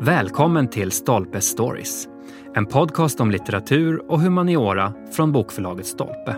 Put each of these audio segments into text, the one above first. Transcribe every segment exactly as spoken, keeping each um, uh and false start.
Välkommen till Stolpe Stories, en podcast om litteratur och humaniora från bokförlaget Stolpe.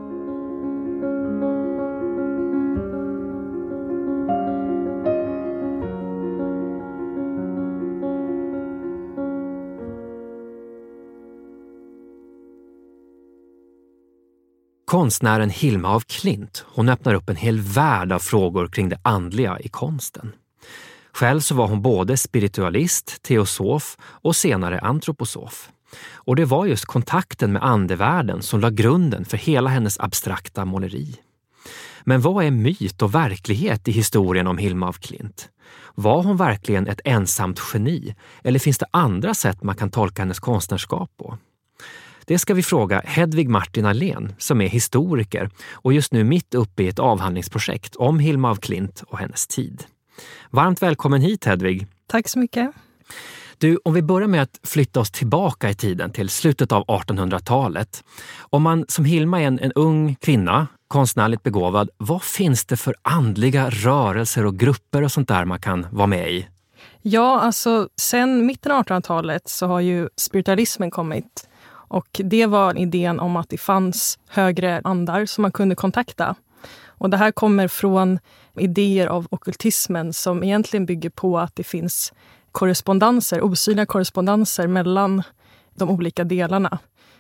Konstnären Hilma af Klint, hon öppnar upp en hel värld av frågor kring det andliga i konsten. Själv så var hon både spiritualist, teosof och senare antroposof. Och det var just kontakten med andevärlden som la grunden för hela hennes abstrakta måleri. Men vad är myt och verklighet i historien om Hilma af Klint? Var hon verkligen ett ensamt geni, eller finns det andra sätt man kan tolka hennes konstnärskap på? Det ska vi fråga Hedvig Martin Ahlén, som är historiker och just nu mitt uppe i ett avhandlingsprojekt om Hilma af Klint och hennes tid. Varmt välkommen hit, Hedvig. Tack så mycket. Du, om vi börjar med att flytta oss tillbaka i tiden till slutet av artonhundratalet. Om man som Hilma är en, en ung kvinna, konstnärligt begåvad, vad finns det för andliga rörelser och grupper och sånt där man kan vara med i? Ja, alltså sen mitten av artonhundratalet så har ju spiritualismen kommit. Och det var idén om att det fanns högre andar som man kunde kontakta. Och det här kommer från idéer av ockultismen som egentligen bygger på att det finns korrespondenser, osynliga korrespondenser mellan de olika delarna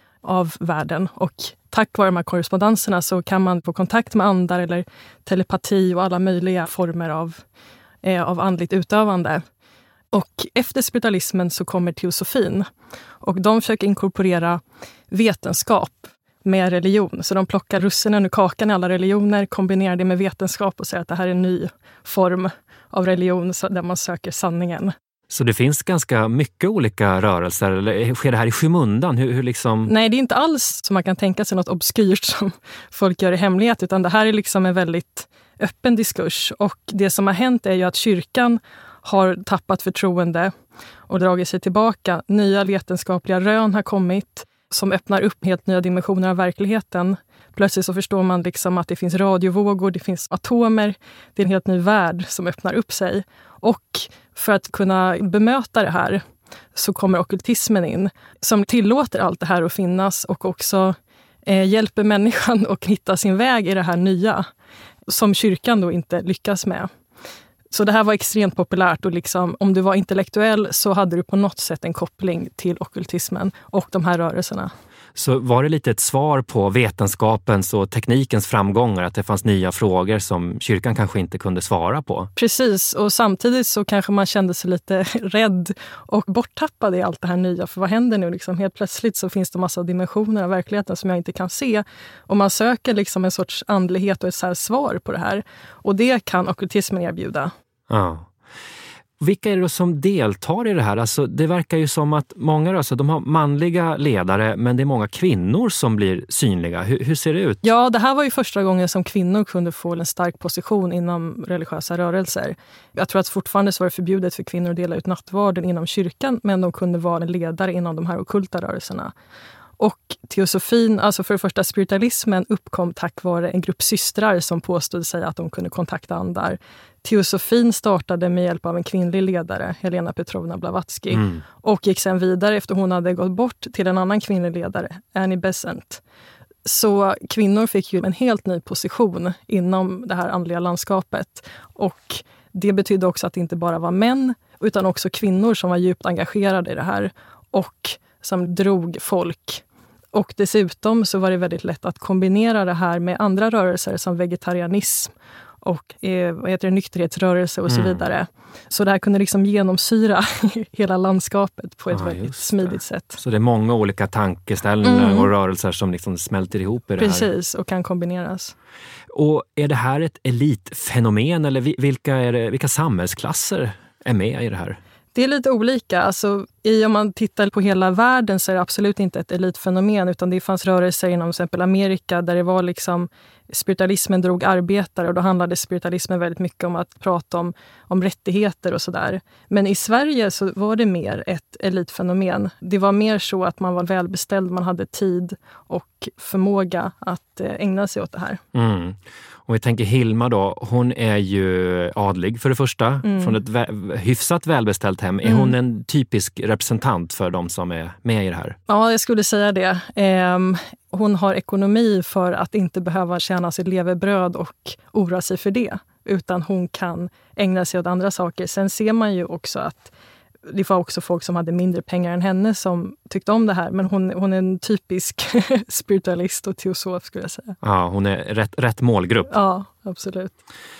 av världen. Och tack vare de här korrespondenserna så kan man få kontakt med andar eller telepati och alla möjliga former av, eh, av andligt utövande. Och efter spiritualismen så kommer teosofin. Och de försöker inkorporera vetenskap med religion. Så de plockar russinen ur kakan i alla religioner, kombinerar det med vetenskap och säger att det här är en ny form av religion där man söker sanningen. Så det finns ganska mycket olika rörelser, eller sker det här i skymundan? Hur, hur liksom... Nej, det är inte alls som man kan tänka sig något obskyrt som folk gör i hemlighet, utan det här är liksom en väldigt öppen diskurs. Och det som har hänt är ju att kyrkan har tappat förtroende och dragit sig tillbaka. Nya vetenskapliga rön har kommit som öppnar upp helt nya dimensioner av verkligheten. Plötsligt så förstår man liksom att det finns radiovågor, det finns atomer. Det är en helt ny värld som öppnar upp sig. Och för att kunna bemöta det här så kommer ockultismen in som tillåter allt det här att finnas och också eh, hjälper människan att hitta sin väg i det här nya som kyrkan då inte lyckas med. Så det här var extremt populärt och liksom, om du var intellektuell så hade du på något sätt en koppling till ockultismen och de här rörelserna. Så var det lite ett svar på vetenskapens och teknikens framgångar att det fanns nya frågor som kyrkan kanske inte kunde svara på? Precis, och samtidigt så kanske man kände sig lite rädd och borttappad i allt det här nya. För vad händer nu? Liksom, helt plötsligt så finns det massa dimensioner av verkligheten som jag inte kan se. Och man söker liksom en sorts andlighet och ett så här svar på det här. Och det kan ockultismen erbjuda. Ja. Vilka är det då som deltar i det här? Alltså, det verkar ju som att många alltså, de har manliga ledare, men det är många kvinnor som blir synliga. Hur, hur ser det ut? Ja, det här var ju första gången som kvinnor kunde få en stark position inom religiösa rörelser. Jag tror att fortfarande så var det förbjudet för kvinnor att dela ut nattvarden inom kyrkan, men de kunde vara en ledare inom de här ockulta rörelserna. Och teosofin, alltså för det första spiritualismen, uppkom tack vare en grupp systrar som påstod sig att de kunde kontakta andar. Teosofin startade med hjälp av en kvinnlig ledare, Helena Petrovna Blavatsky, mm. och gick sen vidare efter hon hade gått bort till en annan kvinnlig ledare, Annie Besant. Så kvinnor fick ju en helt ny position inom det här andliga landskapet. Och det betydde också att det inte bara var män utan också kvinnor som var djupt engagerade i det här och som drog folk. Och dessutom så var det väldigt lätt att kombinera det här med andra rörelser som vegetarianism och eh, vad heter det, nykterhetsrörelse och så mm. vidare. Så det här kunde liksom genomsyra hela landskapet på ett ja, väldigt smidigt sätt. Så det är många olika tankeställningar mm. och rörelser som liksom smälter ihop i det Precis, här. Precis, och kan kombineras. Och är det här ett elitfenomen eller vilka, är det, vilka samhällsklasser är med i det här? Det är lite olika. Alltså, i, om man tittar på hela världen så är det absolut inte ett elitfenomen, utan det fanns rörelser inom till exempel Amerika där det var liksom spiritualismen drog arbetare, och då handlade spiritualismen väldigt mycket om att prata om, om rättigheter och sådär. Men i Sverige så var det mer ett elitfenomen. Det var mer så att man var välbeställd, man hade tid och förmåga att ägna sig åt det här. Mm. Om vi tänker Hilma då, hon är ju adlig för det första, mm. från ett vä- hyfsat välbeställt hem. Är mm. hon en typisk representant för de som är med i det här? Ja, jag skulle säga det. Eh, hon har ekonomi för att inte behöva tjäna sitt levebröd och oroa sig för det. Utan hon kan ägna sig åt andra saker. Sen ser man ju också att det var också folk som hade mindre pengar än henne som tyckte om det här. Men hon, hon är en typisk spiritualist och teosof skulle jag säga. Ja, hon är rätt, rätt målgrupp. Ja, absolut.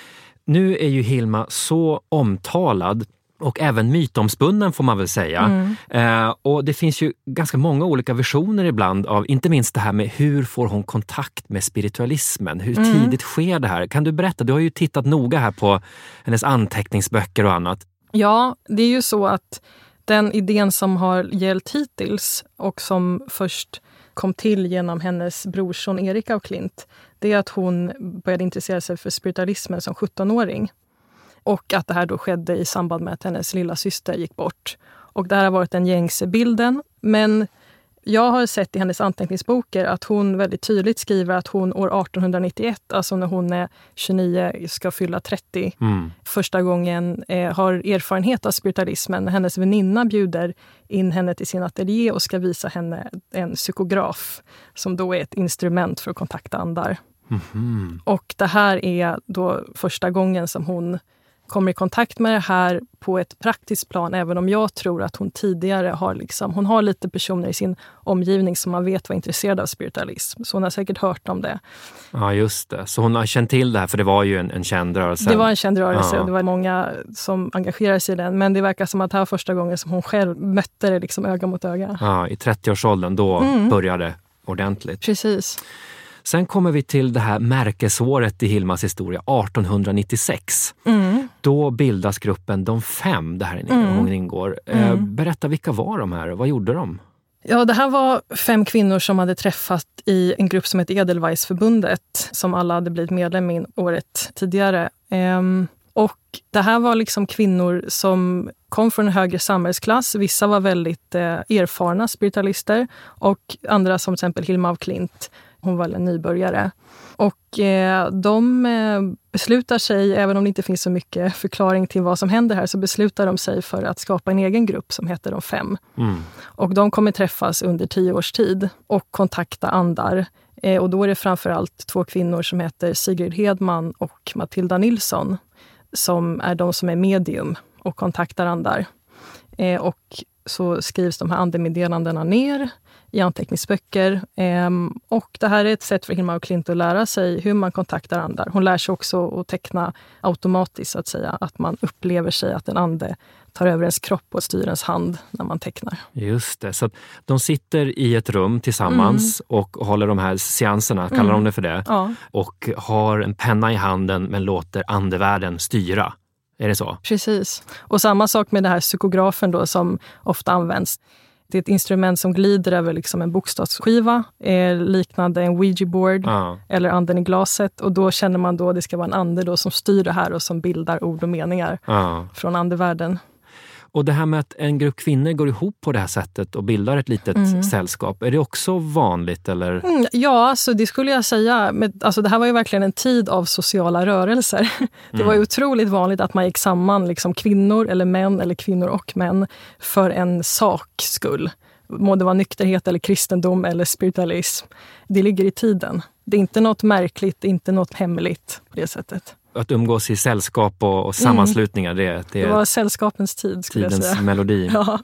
Nu är ju Hilma så omtalad och även mytomspunnen får man väl säga. Mm. Eh, och det finns ju ganska många olika versioner ibland av, inte minst det här med hur får hon kontakt med spiritualismen? Hur mm. tidigt sker det här? Kan du berätta? Du har ju tittat noga här på hennes anteckningsböcker och annat. Ja, det är ju så att den idén som har gällt hittills och som först kom till genom hennes brorson Erik av Klint, det är att hon började intressera sig för spiritualismen som sjuttonåring. Och att det här då skedde i samband med att hennes lilla syster gick bort. Och det här har varit den gängse bilden. Men jag har sett i hennes anteckningsböcker att hon väldigt tydligt skriver att hon år arton nittioett, alltså när hon är tjugonio, ska fylla trettio, mm. första gången eh, har erfarenhet av spiritualismen. Hennes väninna bjuder in henne till sin ateljé och ska visa henne en psykograf som då är ett instrument för att kontakta andar. Mm-hmm. Och det här är då första gången som hon kommer i kontakt med det här på ett praktiskt plan, även om jag tror att hon tidigare har liksom, hon har lite personer i sin omgivning som man vet var intresserade av spiritualism. Så hon har säkert hört om det. Ja, just det. Så hon har känt till det här, för det var ju en, en känd rörelse. Det var en känd rörelse, ja. Och det var många som engagerade sig i den. Men det verkar som att det här var första gången som hon själv mötte det liksom öga mot öga. Ja, i trettioårsåldern då mm. började ordentligt. Precis. Sen kommer vi till det här märkesåret i Hilmas historia, arton nittiosex. Mm. Då bildas gruppen De fem, det här mm. hon ingår. Mm. Berätta, vilka var de här? Vad gjorde de? Ja, det här var fem kvinnor som hade träffat i en grupp som heter Edelweissförbundet, som alla hade blivit medlem i året tidigare. Ehm, och det här var liksom kvinnor som kom från en högre samhällsklass. Vissa var väldigt eh, erfarna spiritualister och andra som till exempel Hilma af Klint. Hon var en nybörjare. Och eh, de eh, beslutar sig, även om det inte finns så mycket förklaring till vad som händer här, så beslutar de sig för att skapa en egen grupp som heter De fem. Mm. Och de kommer träffas under tio års tid och kontakta andar. Eh, och då är det framförallt två kvinnor som heter Sigrid Hedman och Matilda Nilsson som är de som är medium och kontaktar andar. Eh, och så skrivs de här andemeddelandena ner i anteckningsböcker. Ehm, och det här är ett sätt för Hilma af Klint att lära sig hur man kontaktar andar. Hon lär sig också att teckna automatiskt, så att säga. Att man upplever sig att en ande tar över ens kropp och styr ens hand när man tecknar. Just det, så att de sitter i ett rum tillsammans mm. och håller de här seanserna, kallar mm. de det för det. Ja. Och har en penna i handen men låter andevärlden styra. Är det så? Precis. Och samma sak med det här psykografen då som ofta används. Det är ett instrument som glider över liksom en bokstavsskiva, eh, liknande en Ouija-board ah. eller anden i glaset. Och då känner man då att det ska vara en ande då som styr det här och som bildar ord och meningar ah. från andevärlden. Och det här med att en grupp kvinnor går ihop på det här sättet och bildar ett litet mm. sällskap, är det också vanligt? Eller? Mm, ja, alltså det skulle jag säga. Men, alltså det här var ju verkligen en tid av sociala rörelser. Det mm. var ju otroligt vanligt att man gick samman, liksom kvinnor eller män eller kvinnor och män, för en saks skull. Må det vara nykterhet eller kristendom eller spiritualism. Det ligger i tiden. Det är inte något märkligt, inte något hemligt på det sättet. Att umgås i sällskap och, och sammanslutningar, mm. det, det, det var sällskapens tid, skulle jag säga. Tidens melodi. Ja.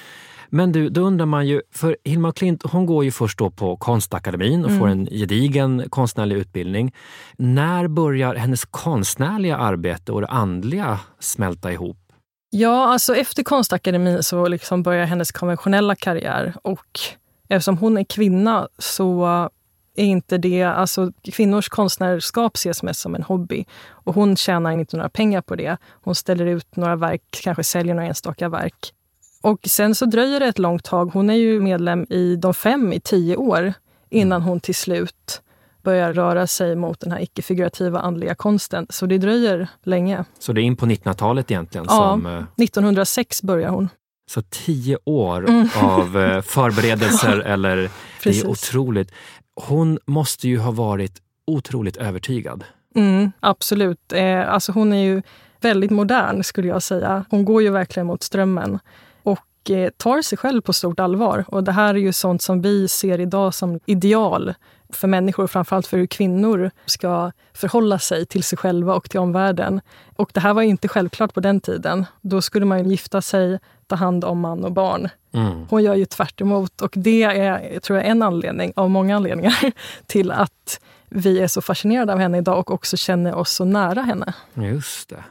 Men du, då undrar man ju, för Hilma af Klint, hon går ju först då på Konstakademin och mm. får en gedigen konstnärlig utbildning. När börjar hennes konstnärliga arbete och det andliga smälta ihop? Ja, alltså efter Konstakademin så liksom börjar hennes konventionella karriär, och eftersom hon är kvinna så är inte det, alltså kvinnors konstnärskap ses mest som en hobby, och hon tjänar inte några pengar på det. Hon ställer ut några verk, kanske säljer några enstaka verk. Och sen så dröjer det ett långt tag. Hon är ju medlem i De fem i tio år innan hon till slut börjar röra sig mot den här icke-figurativa andliga konsten. Så det dröjer länge. Så det är in på nittonhundratalet egentligen? Ja, som, nittonhundrasex börjar hon. Så tio år mm. av förberedelser, eller det är otroligt. Hon måste ju ha varit otroligt övertygad. Mm, absolut. Eh, alltså hon är ju väldigt modern skulle jag säga. Hon går ju verkligen mot strömmen och eh, tar sig själv på stort allvar. Och det här är ju sånt som vi ser idag som ideal för människor, framförallt för hur kvinnor ska förhålla sig till sig själva och till omvärlden. Och det här var ju inte självklart på den tiden. Då skulle man ju gifta sig, ta hand om man och barn. Mm. Hon gör ju tvärt emot, och det är, tror jag, en anledning av många anledningar till att vi är så fascinerade av henne idag och också känner oss så nära henne. Just det.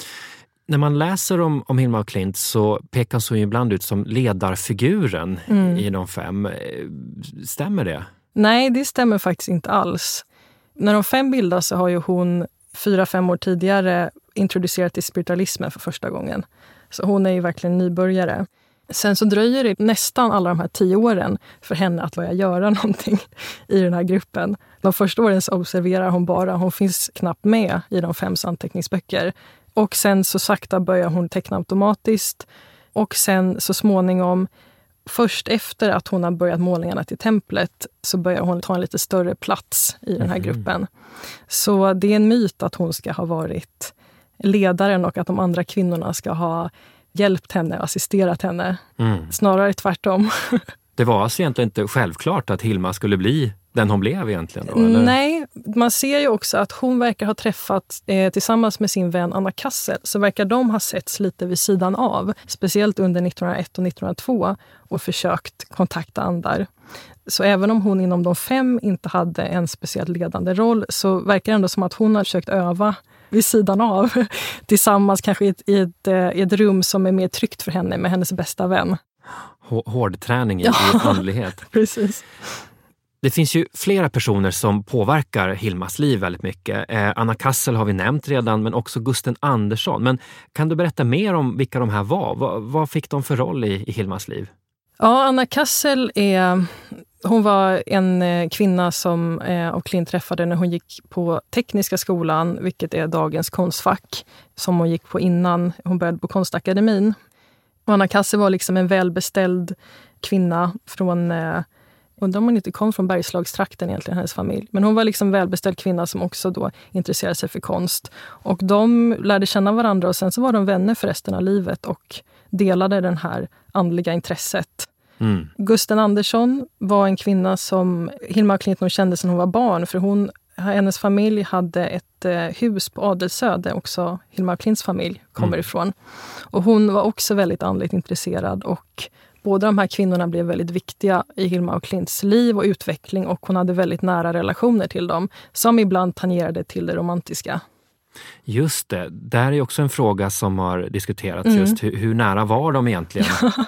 När man läser om, om Hilma af Klint så pekas hon ju ibland ut som ledarfiguren mm. i de fem. Stämmer det? Nej, det stämmer faktiskt inte alls. När de fem bildas så har ju hon fyra, fem år tidigare introducerat till spiritualismen för första gången. Så hon är ju verkligen nybörjare. Sen så dröjer det nästan alla de här tio åren för henne att börja göra någonting i den här gruppen. De första åren så observerar hon bara, hon finns knappt med i de fem anteckningsböcker. Och sen så sakta börjar hon teckna automatiskt. Och sen så småningom, först efter att hon har börjat målningarna till templet, så börjar hon ta en lite större plats i den här gruppen. Så det är en myt att hon ska ha varit ledaren och att de andra kvinnorna ska ha hjälpt henne, assisterat henne. Mm. Snarare tvärtom. Det var alltså egentligen inte självklart att Hilma skulle bli den hon blev egentligen då, eller? Nej, man ser ju också att hon verkar ha träffat eh, tillsammans med sin vän Anna Kassel, så verkar de ha setts lite vid sidan av, speciellt under nittonhundraett och nittonhundratvå, och försökt kontakta andar. Så även om hon inom de fem inte hade en speciellt ledande roll, så verkar det ändå som att hon har försökt öva vid sidan av, tillsammans kanske i ett, i ett, i ett rum som är mer tryggt för henne med hennes bästa vän. Hård träning i, ja, i andlighet. Precis. Det finns ju flera personer som påverkar Hilmas liv väldigt mycket. Eh, Anna Kassel har vi nämnt redan, men också Gusten Andersson. Men kan du berätta mer om vilka de här var? Vad, vad fick de för roll i, i Hilmas liv? Ja, Anna Kassel är... Hon var en kvinna som eh, af Klint träffade när hon gick på Tekniska skolan, vilket är dagens konstfack, som hon gick på innan hon började på Konstakademin. Och Anna Kassel var liksom en välbeställd kvinna från... Eh, undrar om hon inte kom från Bergslagstrakten egentligen, hennes familj. Men hon var liksom en välbeställd kvinna som också då intresserade sig för konst. Och de lärde känna varandra och sen så var de vänner för resten av livet och delade den här andliga intresset. Mm. Gusten Andersson var en kvinna som Hilma af Klint nog kände sedan hon var barn, för hon, hennes familj hade ett eh, hus på Adelsö där också Hilma af Klints familj kommer mm. ifrån. Och hon var också väldigt andligt intresserad, och båda de här kvinnorna blev väldigt viktiga i Hilma af Klints liv och utveckling, och hon hade väldigt nära relationer till dem som ibland tangerade till det romantiska. Just det, där är också en fråga som har diskuterats, mm. just hur, hur nära var de egentligen?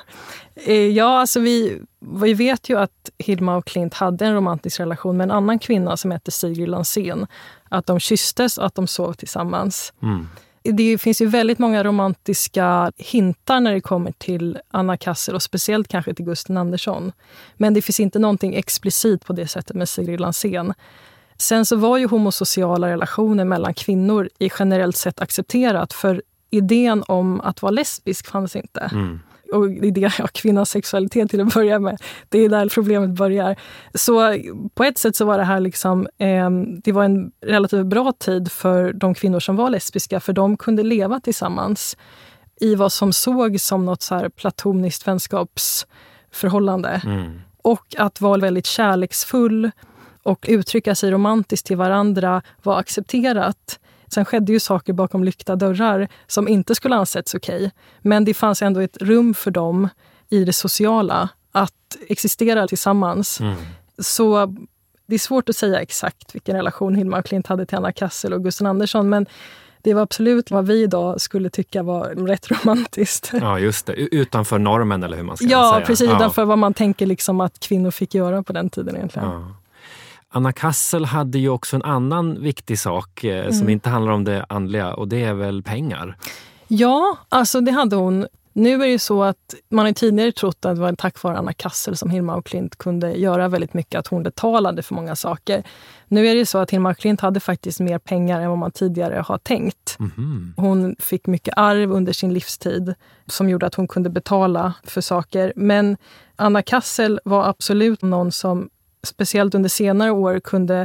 Ja, alltså vi, vi vet ju att Hilma af Klint hade en romantisk relation med en annan kvinna som heter Sigrid Lansén. Att de kysstes och att de sov tillsammans. Mm. Det finns ju väldigt många romantiska hintar när det kommer till Anna Kassel och speciellt kanske till Gusten Andersson. Men det finns inte någonting explicit på det sättet med Sigrid Lansén. Sen så var ju homosociala relationer mellan kvinnor i generellt sett accepterat, för idén om att vara lesbisk fanns inte. Mm. Och idén om kvinnans sexualitet till att börja med, det är där problemet börjar. Så på ett sätt så var det här liksom, eh, det var en relativt bra tid för de kvinnor som var lesbiska, för de kunde leva tillsammans i vad som såg som något så här platoniskt vänskapsförhållande. Mm. Och att vara väldigt kärleksfull och uttrycka sig romantiskt till varandra var accepterat. Sen skedde ju saker bakom lyckta dörrar som inte skulle ansetts okej. Men det fanns ändå ett rum för dem i det sociala att existera tillsammans. Mm. Så det är svårt att säga exakt vilken relation Hilma af Klint hade till Anna Kassel och Gusten Andersson. Men det var absolut vad vi idag skulle tycka var rätt romantiskt. Ja, just det. Utanför normen, eller hur man ska ja, säga. Ja, precis. Utanför vad man tänker liksom att kvinnor fick göra på den tiden egentligen. Ja. Anna Kassel hade ju också en annan viktig sak eh, mm. som inte handlar om det andliga, och det är väl pengar. Ja, alltså det hade hon. Nu är det ju så att man har tidigare trott att det var tack vare Anna Kassel som Hilma af Klint kunde göra väldigt mycket, att hon betalade för många saker. Nu är det ju så att Hilma af Klint hade faktiskt mer pengar än vad man tidigare har tänkt. Mm-hmm. Hon fick mycket arv under sin livstid som gjorde att hon kunde betala för saker. Men Anna Kassel var absolut någon som speciellt under senare år kunde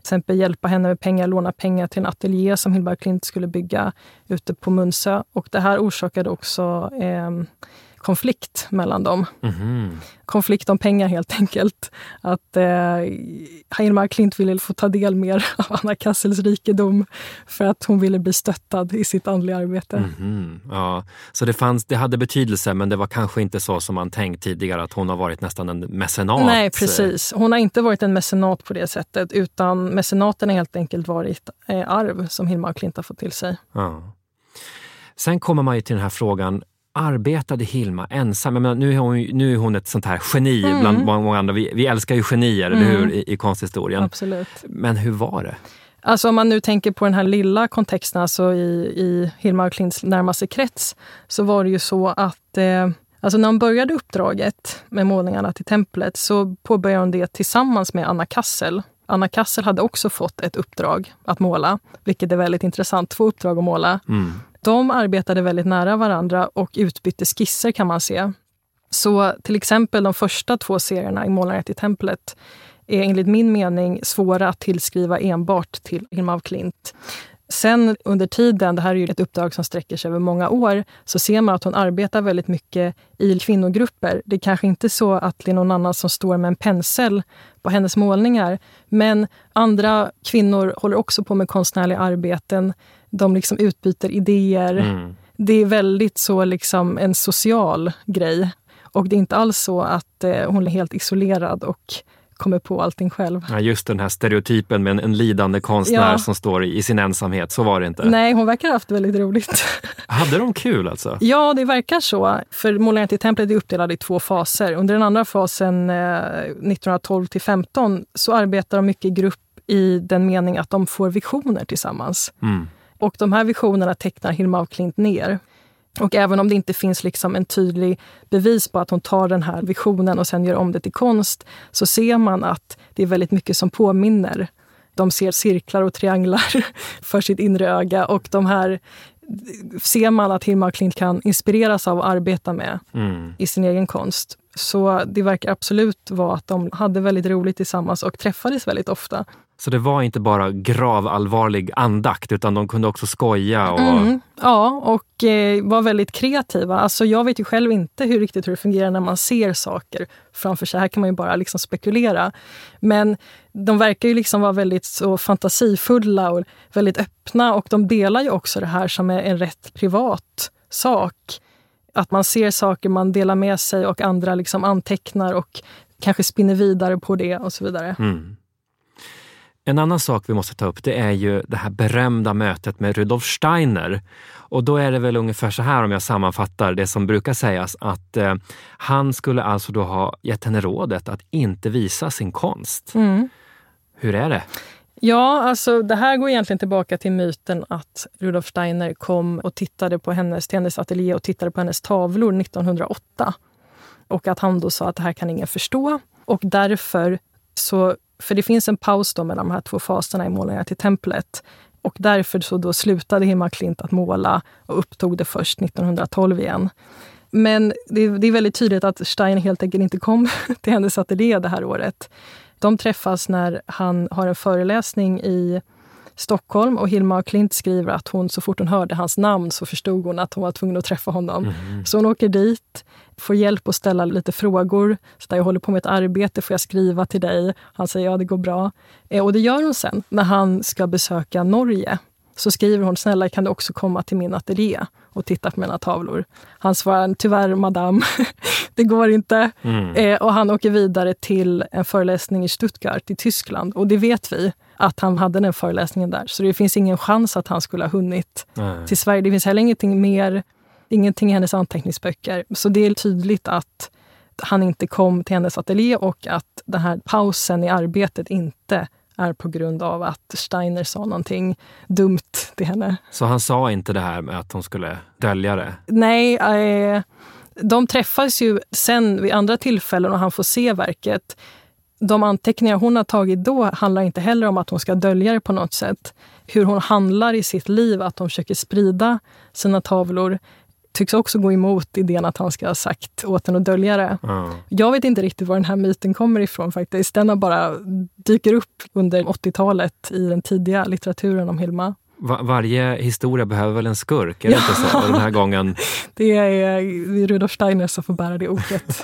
exempel hjälpa henne med pengar, låna pengar till en ateljé som Hilma af Klint skulle bygga ute på Munsö. Och det här orsakade också eh, konflikt mellan dem. Mm-hmm. Konflikt om pengar helt enkelt. Att eh, Hilma af Klint ville få ta del mer av Anna Cassels rikedom för att hon ville bli stöttad i sitt andliga arbete. Mm-hmm. Ja. Så det, fanns, det hade betydelse, men det var kanske inte så som man tänkt tidigare att hon har varit nästan en mecenat. Nej, precis. Hon har inte varit en mecenat på det sättet, utan mecenaten har helt enkelt varit eh, arv som Hilma af Klint har fått till sig. Ja. Sen kommer man ju till den här frågan, arbetade Hilma ensam? Jag menar, nu, är hon, nu är hon ett sånt här geni mm. bland många andra. Vi, vi älskar ju genier, mm. eller hur, i, i konsthistorien. Absolut. Men hur var det? Alltså om man nu tänker på den här lilla kontexten, alltså i, i Hilma af Klints närmaste krets, så var det ju så att eh, alltså när hon började uppdraget med målningarna till templet så påbörjade hon det tillsammans med Anna Cassel. Anna Cassel hade också fått ett uppdrag att måla, vilket är väldigt intressant. Två uppdrag att måla. Mm. De arbetade väldigt nära varandra och utbytte skisser kan man se. Så till exempel de första två serierna i Målarna till templet är enligt min mening svåra att tillskriva enbart till Hilma af Klint. Sen under tiden, det här är ju ett uppdrag som sträcker sig över många år, så ser man att hon arbetar väldigt mycket i kvinnogrupper. Det är kanske inte så att det är någon annan som står med en pensel på hennes målningar, men andra kvinnor håller också på med konstnärliga arbeten. De liksom utbyter idéer. Mm. Det är väldigt så liksom en social grej. Och det är inte alls så att eh, hon är helt isolerad och kommer på allting själv. Ja, just den här stereotypen med en, en lidande konstnär ja. som står i, i sin ensamhet. Så var det inte. Nej, hon verkar ha haft väldigt roligt. Hade de kul alltså? Ja, det verkar så. För Målarna till templet är uppdelade i två faser. Under den andra fasen eh, nittonhundratolv till femton så arbetar de mycket i grupp i den mening att de får visioner tillsammans. Mm. Och de här visionerna tecknar Hilma af Klint ner. Och även om det inte finns liksom en tydlig bevis på att hon tar den här visionen och sen gör om det till konst, så ser man att det är väldigt mycket som påminner. De ser cirklar och trianglar för sitt inre öga, och de här ser man att Hilma af Klint kan inspireras av att arbeta med mm. i sin egen konst. Så det verkar absolut vara att de hade väldigt roligt tillsammans och träffades väldigt ofta. Så det var inte bara gravallvarlig andakt, utan de kunde också skoja? Och... Mm, ja, och eh, var väldigt kreativa. Alltså jag vet ju själv inte hur riktigt hur det fungerar när man ser saker framför sig. Här kan man ju bara liksom spekulera. Men de verkar ju liksom vara väldigt så fantasifulla och väldigt öppna, och de delar ju också det här som är en rätt privat sak. Att man ser saker, man delar med sig, och andra liksom antecknar och kanske spinner vidare på det och så vidare. Mm. En annan sak vi måste ta upp, det är ju det här berömda mötet med Rudolf Steiner. Och då är det väl ungefär så här, om jag sammanfattar det som brukar sägas, att eh, han skulle alltså då ha gett henne rådet att inte visa sin konst. Mm. Hur är det? Ja, alltså det här går egentligen tillbaka till myten att Rudolf Steiner kom och tittade på hennes, till hennes ateljé och tittade på hennes tavlor nittonhundraåtta. Och att han då sa att det här kan ingen förstå. Och därför så, för det finns en paus då mellan de här två faserna i Målarna till templet. Och därför så då slutade Hilma af Klint att måla och upptog det först nittonhundratolv igen. Men det, det är väldigt tydligt att Steiner helt enkelt inte kom till hennes ateljé det här året. De träffas när han har en föreläsning i Stockholm, och Hilma af Klint skriver att hon, så fort hon hörde hans namn så förstod hon att hon var tvungen att träffa honom. Mm. Så hon åker dit, får hjälp att ställa lite frågor. Så där, jag håller på med ett arbete, får jag skriva till dig? Han säger ja, det går bra. Eh, och det gör hon sen när han ska besöka Norge. Så skriver hon, snälla kan du också komma till min ateljé och titta på mina tavlor. Han svarar, tyvärr madame, det går inte. Mm. Eh, och han åker vidare till en föreläsning i Stuttgart i Tyskland. Och det vet vi, att han hade den föreläsningen där. Så det finns ingen chans att han skulle ha hunnit Nej. till Sverige. Det finns heller ingenting mer, ingenting i hennes anteckningsböcker. Så det är tydligt att han inte kom till hennes ateljé, och att den här pausen i arbetet inte är på grund av att Steiner sa någonting dumt till henne. Så han sa inte det här med att hon skulle dölja det? Nej, eh, de träffas ju sen vid andra tillfällen och han får se verket. De anteckningar hon har tagit då handlar inte heller om att hon ska dölja det på något sätt. Hur hon handlar i sitt liv, att hon försöker sprida sina tavlor, tycks också gå emot idén att han ska ha sagt åt henne att dölja det. Mm. Jag vet inte riktigt var den här myten kommer ifrån faktiskt. Den har bara dyker upp under åttiotalet i den tidiga litteraturen om Hilma. Var- varje historia behöver väl en skurk, är det inte så? Och den här gången... Det är Rudolf Steiner som får bära det oket.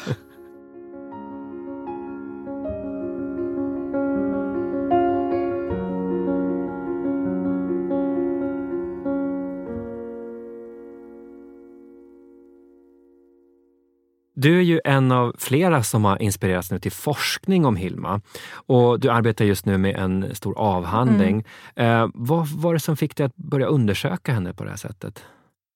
Du är ju en av flera som har inspirerats nu till forskning om Hilma. Och du arbetar just nu med en stor avhandling. Mm. Eh, vad var det som fick dig att börja undersöka henne på det här sättet?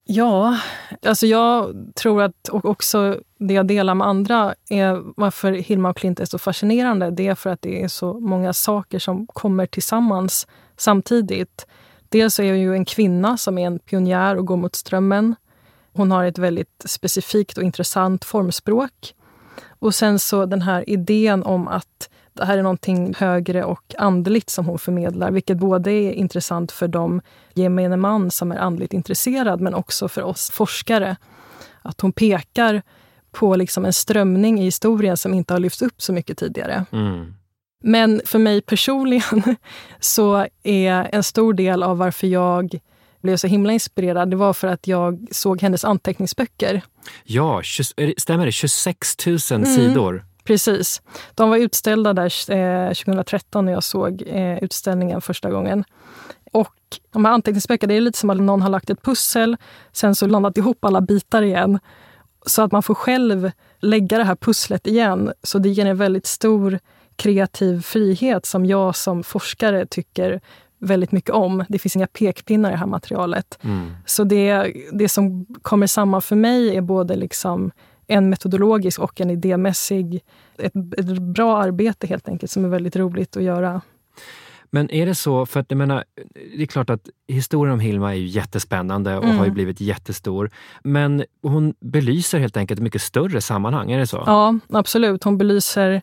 Ja, alltså jag tror att, och också det jag delar med andra, är varför Hilma af Klint är så fascinerande. Det är för att det är så många saker som kommer tillsammans samtidigt. Dels är jag ju en kvinna som är en pionjär och går mot strömmen. Hon har ett väldigt specifikt och intressant formspråk. Och sen så den här idén om att det här är någonting högre och andligt som hon förmedlar. Vilket både är intressant för de gemene man som är andligt intresserad, men också för oss forskare. Att hon pekar på liksom en strömning i historien som inte har lyfts upp så mycket tidigare. Mm. Men för mig personligen så är en stor del av varför jag blev så himla inspirerad, det var för att jag såg hennes anteckningsböcker. Ja, stämmer det? tjugosex tusen mm, sidor. Precis. De var utställda där eh, tjugohundratretton när jag såg eh, utställningen första gången. Och de här anteckningsböckerna, det är lite som att någon har lagt ett pussel, sen så landat ihop alla bitar igen. Så att man får själv lägga det här pusslet igen. Så det ger en väldigt stor kreativ frihet som jag som forskare tycker väldigt mycket om. Det finns inga pekpinnar i det här materialet. Mm. Så det, det som kommer samman för mig är både liksom en metodologisk och en idémässig, ett, ett bra arbete helt enkelt som är väldigt roligt att göra. Men är det så, för att jag menar, det är klart att historien om Hilma är ju jättespännande och mm. har ju blivit jättestor. Men hon belyser helt enkelt ett mycket större sammanhang, är det så? Ja, absolut. Hon belyser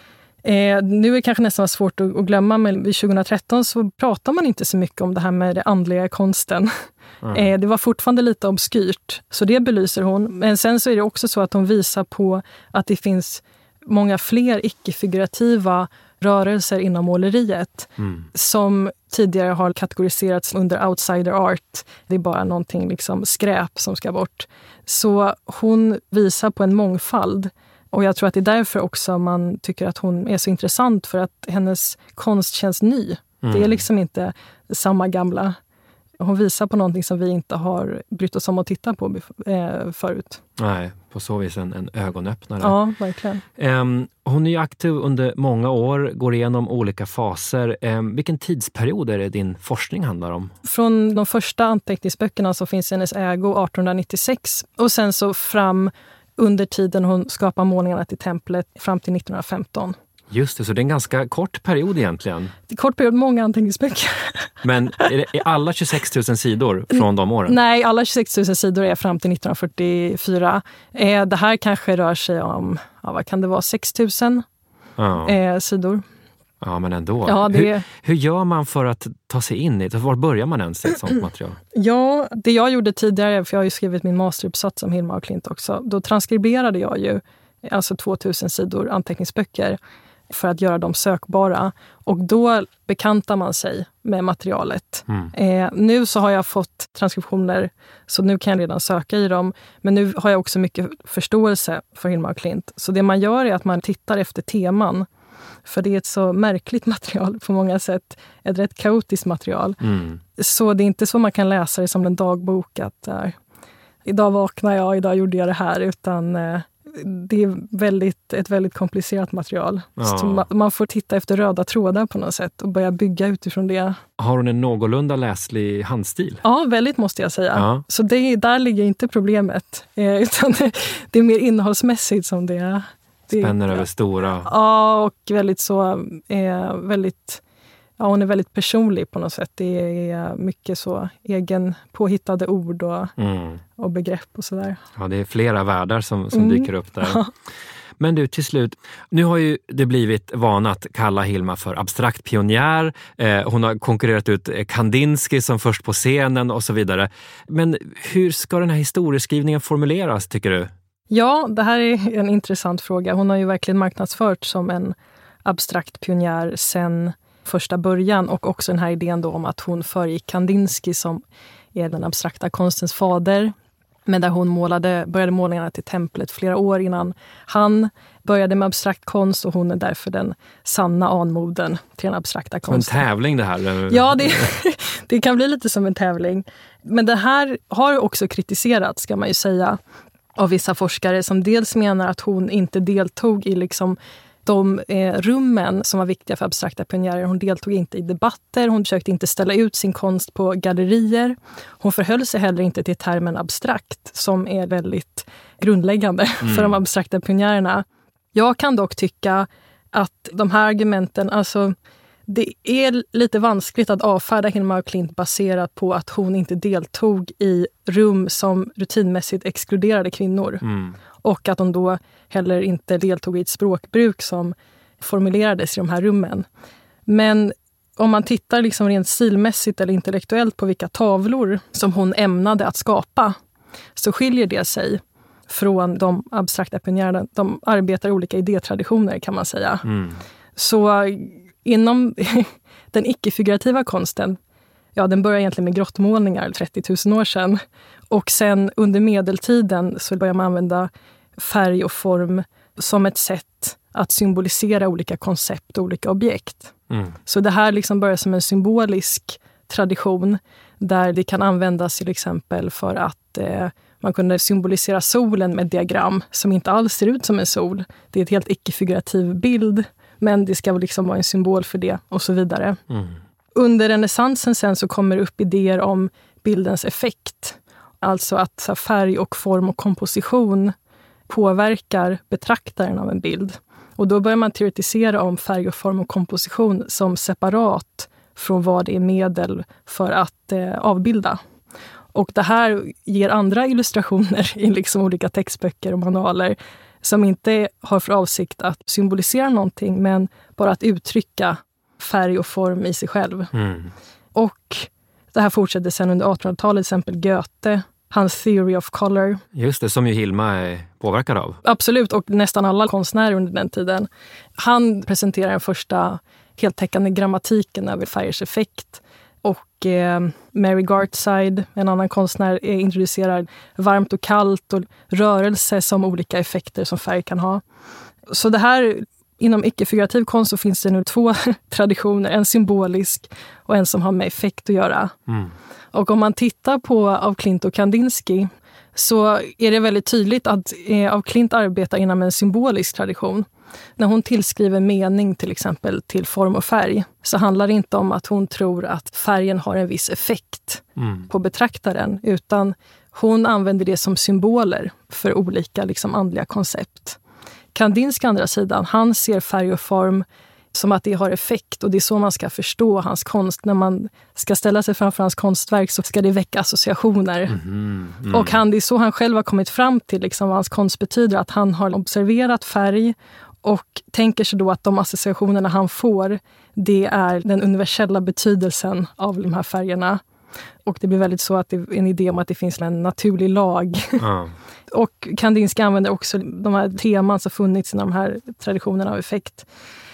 Eh, nu är det kanske nästan svårt att, att glömma, men vid tjugohundratretton så pratar man inte så mycket om det här med det andliga konsten. Mm. Eh, det var fortfarande lite obskyrt, så det belyser hon. Men sen så är det också så att hon visar på att det finns många fler icke-figurativa rörelser inom måleriet mm. som tidigare har kategoriserats under outsider art. Det är bara någonting liksom skräp som ska bort. Så hon visar på en mångfald. Och jag tror att det är därför också man tycker att hon är så intressant, för att hennes konst känns ny. Mm. Det är liksom inte samma gamla. Hon visar på någonting som vi inte har brytt oss om att titta på eh, förut. Nej, på så vis en, en ögonöppnare. Ja, verkligen. Um, hon är ju aktiv under många år, går igenom olika faser. Um, vilken tidsperiod är det din forskning handlar om? Från de första anteckningsböckerna så finns hennes ägo arton nittiosex och sen så fram under tiden hon skapar målningarna till templet fram till nittonhundrafemton. Just det, så det är en ganska kort period egentligen. Det är kort period, många anteckningsböcker. Men är, det, är alla tjugosex tusen sidor från de åren? Nej, alla tjugosex tusen sidor är fram till nittonhundrafyrtiofyra. Eh, det här kanske rör sig om, ja, vad kan det vara, sex tusen ja. eh, sidor. Ja, men ändå. Ja, det... hur, hur gör man för att ta sig in i det? Var börjar man ens i ett sånt material? Ja, det jag gjorde tidigare, för jag har ju skrivit min masteruppsats om Hilma af Klint också, då transkriberade jag ju alltså tvåtusen sidor anteckningsböcker för att göra dem sökbara. Och då bekantar man sig med materialet. Mm. Eh, nu så har jag fått transkriptioner, så nu kan jag redan söka i dem. Men nu har jag också mycket förståelse för Hilma af Klint. Så det man gör är att man tittar efter teman. För det är ett så märkligt material på många sätt. Ett rätt kaotiskt material. Mm. Så det är inte så man kan läsa det som en dagbok. Att äh, idag vaknar jag, idag gjorde jag det här. Utan äh, det är väldigt, ett väldigt komplicerat material. Ja. Så man, man får titta efter röda trådar på något sätt och börja bygga utifrån det. Har hon en någorlunda läslig handstil? Ja, väldigt måste jag säga. Ja. Så det, där ligger inte problemet. Eh, utan det, det är mer innehållsmässigt som det är. Spänner över stora... Ja, och väldigt så... Eh, väldigt, ja, hon är väldigt personlig på något sätt. Det är mycket så egen påhittade ord och, mm. och begrepp och sådär. Ja, det är flera världar som, som mm. dyker upp där. Men du, till slut, nu har ju det blivit vana att kalla Hilma för abstrakt pionjär. Eh, hon har konkurrerat ut Kandinsky som först på scenen och så vidare. Men hur ska den här historieskrivningen formuleras, tycker du? Ja, det här är en intressant fråga. Hon har ju verkligen marknadsfört som en abstrakt pionjär sen första början, och också den här idén då om att hon föregick Kandinsky som är den abstrakta konstens fader, men där hon målade, började målningarna till templet flera år innan han började med abstrakt konst, och hon är därför den sanna anmoden till den abstrakta konsten. En tävling det här? Ja, det, det kan bli lite som en tävling. Men det här har också kritiserats, ska man ju säga, av vissa forskare som dels menar att hon inte deltog i liksom de eh, rummen som var viktiga för abstrakta pionjärer. Hon deltog inte i debatter, hon försökte inte ställa ut sin konst på gallerier. Hon förhöll sig heller inte till termen abstrakt, som är väldigt grundläggande mm. för de abstrakta pionjärerna. Jag kan dock tycka att de här argumenten, alltså det är lite vanskligt att avfärda Hilma af Klint baserat på att hon inte deltog i rum som rutinmässigt exkluderade kvinnor. Mm. Och att hon då heller inte deltog i ett språkbruk som formulerades i de här rummen. Men om man tittar liksom rent stilmässigt eller intellektuellt på vilka tavlor som hon ämnade att skapa, så skiljer det sig från de abstrakta pionjärerna. De arbetar i olika idétraditioner, kan man säga. Mm. Så inom den icke-figurativa konsten, ja, den börjar egentligen med grottmålningar trettio tusen år sedan. Och sen under medeltiden så börjar man använda färg och form som ett sätt att symbolisera olika koncept och olika objekt. Mm. Så det här liksom börjar som en symbolisk tradition där det kan användas till exempel för att eh, man kunde symbolisera solen med diagram som inte alls ser ut som en sol. Det är ett helt icke-figurativ bild, men det ska liksom vara en symbol för det och så vidare. Mm. Under renässansen sen så kommer det upp idéer om bildens effekt. Alltså att så, färg och form och komposition påverkar betraktaren av en bild. Och då börjar man teoretisera om färg och form och komposition som separat från vad det är medel för att eh, avbilda. Och det här ger andra illustrationer i liksom olika textböcker och manualer som inte har för avsikt att symbolisera någonting, men bara att uttrycka färg och form i sig själv. Mm. Och det här fortsätter sen under artonhundratalet, till exempel Goethe, hans Theory of Color. Just det, som ju Hilma är påverkad av. Absolut, och nästan alla konstnärer under den tiden. Han presenterar den första heltäckande grammatiken över färgers effekt. Och eh, Mary Gartside, en annan konstnär, introducerar varmt och kallt och rörelse som olika effekter som färg kan ha. Så det här, inom icke-figurativ konst så finns det nu två traditioner. En symbolisk och en som har med effekt att göra. Mm. Och om man tittar på af Klint och Kandinsky så är det väldigt tydligt att eh, af Klint arbetar inom en symbolisk tradition. När hon tillskriver mening till exempel till form och färg så handlar det inte om att hon tror att färgen har en viss effekt mm. på betraktaren, utan hon använder det som symboler för olika liksom, andliga koncept. Kandinsky andra sidan, han ser färg och form som att det har effekt, och det är så man ska förstå hans konst. När man ska ställa sig framför hans konstverk så ska det väcka associationer. Mm, mm. Och han, det är så han själv har kommit fram till liksom, vad hans konst betyder, att han har observerat färg och tänker sig då att de associationerna han får, det är den universella betydelsen av de här färgerna. Och det blir väldigt så att det är en idé om att det finns en naturlig lag. Mm. Och Kandinsky använder också de här teman som funnits i de här traditionerna av effekt.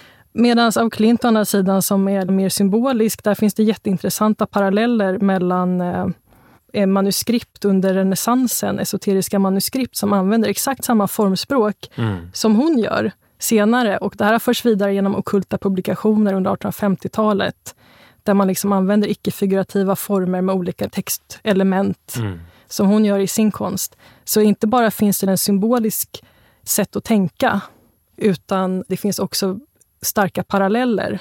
Medan af Klint å andra sidan, som är mer symbolisk, där finns det jätteintressanta paralleller mellan eh, manuskript under renässansen, esoteriska manuskript som använder exakt samma formspråk mm. som hon gör senare. Och det här har förts vidare genom ockulta publikationer under artonhundrafemtiotalet där man liksom använder icke-figurativa former med olika textelement mm. som hon gör i sin konst. Så inte bara finns det en symbolisk sätt att tänka, utan det finns också starka paralleller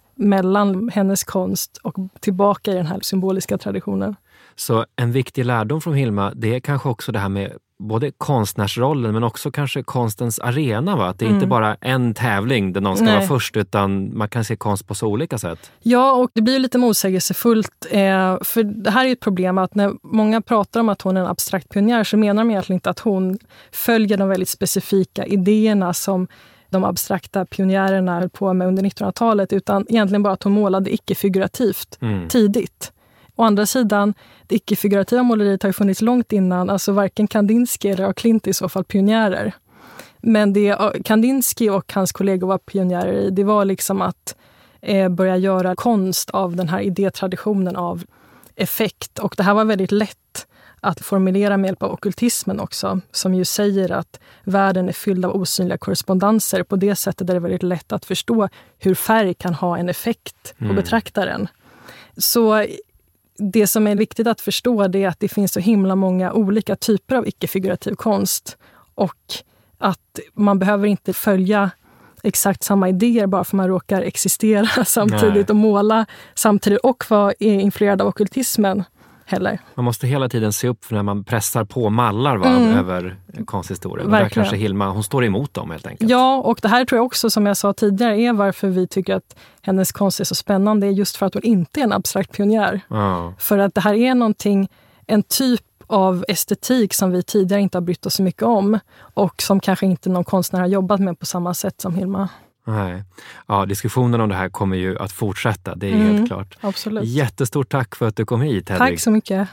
mellan hennes konst och tillbaka i den här symboliska traditionen. Så en viktig lärdom från Hilma, det är kanske också det här med både konstnärsrollen men också kanske konstens arena, va? Att det är mm. inte bara en tävling där någon ska Nej. vara först, utan man kan se konst på så olika sätt. Ja, och det blir lite motsägelsefullt. Eh, för det här är ett problem att när många pratar om att hon är en abstrakt pionjär så menar de egentligen inte att hon följer de väldigt specifika idéerna som de abstrakta pionjärerna höll på med under nittonhundratalet, utan egentligen bara att hon målade icke-figurativt mm. tidigt. Å andra sidan, det icke-figurativa måleriet har ju funnits långt innan, alltså varken Kandinsky eller av Klint i så fall pionjärer. Men det Kandinsky och hans kollegor var pionjärer i, det var liksom att eh, börja göra konst av den här idétraditionen av effekt. Och det här var väldigt lätt att formulera med hjälp av ockultismen också, som ju säger att världen är fylld av osynliga korrespondenser. På det sättet är det väldigt lätt att förstå hur färg kan ha en effekt på mm. betraktaren. Så det som är viktigt att förstå det är att det finns så himla många olika typer av icke-figurativ konst och att man behöver inte följa exakt samma idéer bara för man råkar existera samtidigt Nej. och måla samtidigt och vara influerad av ockultismen heller. Man måste hela tiden se upp för när man pressar på mallar va, mm. över konsthistorien. Och där kanske Hilma, hon står emot dem helt enkelt. Ja, och det här tror jag också, som jag sa tidigare, är varför vi tycker att hennes konst är så spännande. Är just för att hon inte är en abstrakt pionjär. Mm. För att det här är någonting, en typ av estetik som vi tidigare inte har brytt oss så mycket om och som kanske inte någon konstnär har jobbat med på samma sätt som Hilma. Nej. Ja, diskussionen om det här kommer ju att fortsätta, det är mm, helt klart. Absolut. Jättestort tack för att du kom hit, Hedvig. Tack så mycket.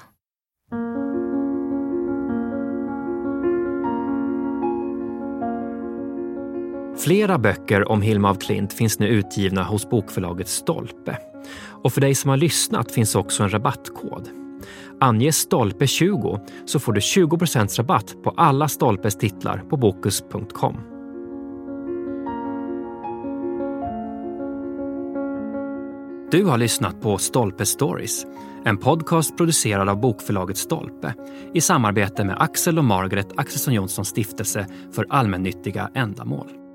Flera böcker om Hilma af Klint finns nu utgivna hos bokförlaget Stolpe. Och för dig som har lyssnat finns också en rabattkod. Ange Stolpe tjugo så får du tjugo procent rabatt på alla Stolpes titlar på bokus punkt com. Du har lyssnat på Stolpe Stories, en podcast producerad av bokförlaget Stolpe i samarbete med Axel och Margaret Axelsson Johnsson stiftelse för allmännyttiga ändamål.